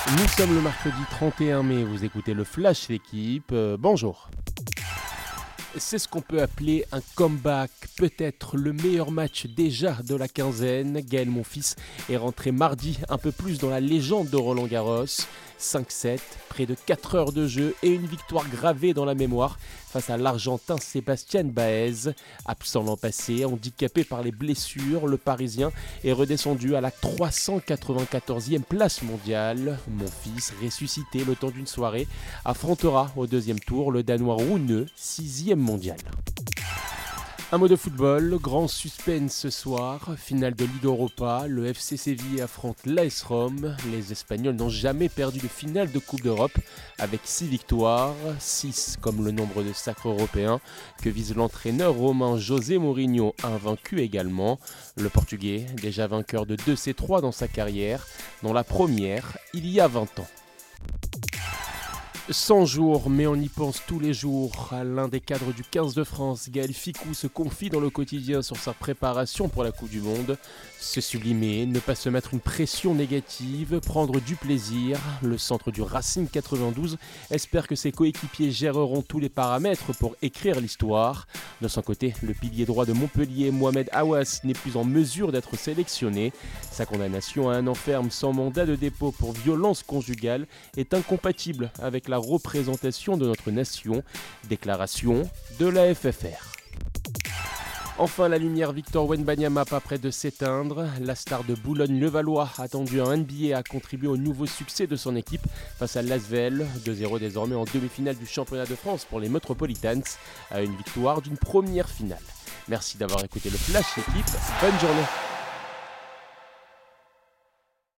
Nous sommes le mercredi 31 mai, vous écoutez le Flash L'équipe, bonjour. C'est ce qu'on peut appeler un comeback, peut-être le meilleur match déjà de la quinzaine. Gaël Monfils est rentré mardi un peu plus dans la légende de Roland-Garros. 5-7, près de 4 heures de jeu et une victoire gravée dans la mémoire face à l'Argentin Sébastien Baez. Absent l'an passé, handicapé par les blessures, le Parisien est redescendu à la 394e place mondiale. Monfils, ressuscité le temps d'une soirée, affrontera au deuxième tour le Danois Rune, 6e mondial. Un mot de football, grand suspense ce soir, finale de Ligue Europa, le FC Séville affronte l'AS Rome. Les Espagnols n'ont jamais perdu de finale de Coupe d'Europe avec 6 victoires, 6 comme le nombre de sacres européens que vise l'entraîneur romain José Mourinho, invaincu également. Le Portugais, déjà vainqueur de 2 C3 dans sa carrière, dont la première il y a 20 ans. 100 jours, mais on y pense tous les jours. L'un des cadres du 15 de France, Gaël Fickou, se confie dans le quotidien sur sa préparation pour la Coupe du Monde. Se sublimer, ne pas se mettre une pression négative, prendre du plaisir. Le centre du Racing 92 espère que ses coéquipiers géreront tous les paramètres pour écrire l'histoire. De son côté, le pilier droit de Montpellier, Mohamed Aouas, n'est plus en mesure d'être sélectionné. Sa condamnation à un an ferme sans mandat de dépôt pour violence conjugale est incompatible avec la représentation de notre nation. Déclaration de la FFR. Enfin, la lumière Victor Wembanyama pas près de s'éteindre. La star de Boulogne-Levallois, attendu en NBA, a contribué au nouveau succès de son équipe face à l'Asvel. 2-0 désormais en demi-finale du championnat de France pour les Metropolitans, à une victoire d'une première finale. Merci d'avoir écouté le Flash L'équipe. Bonne journée.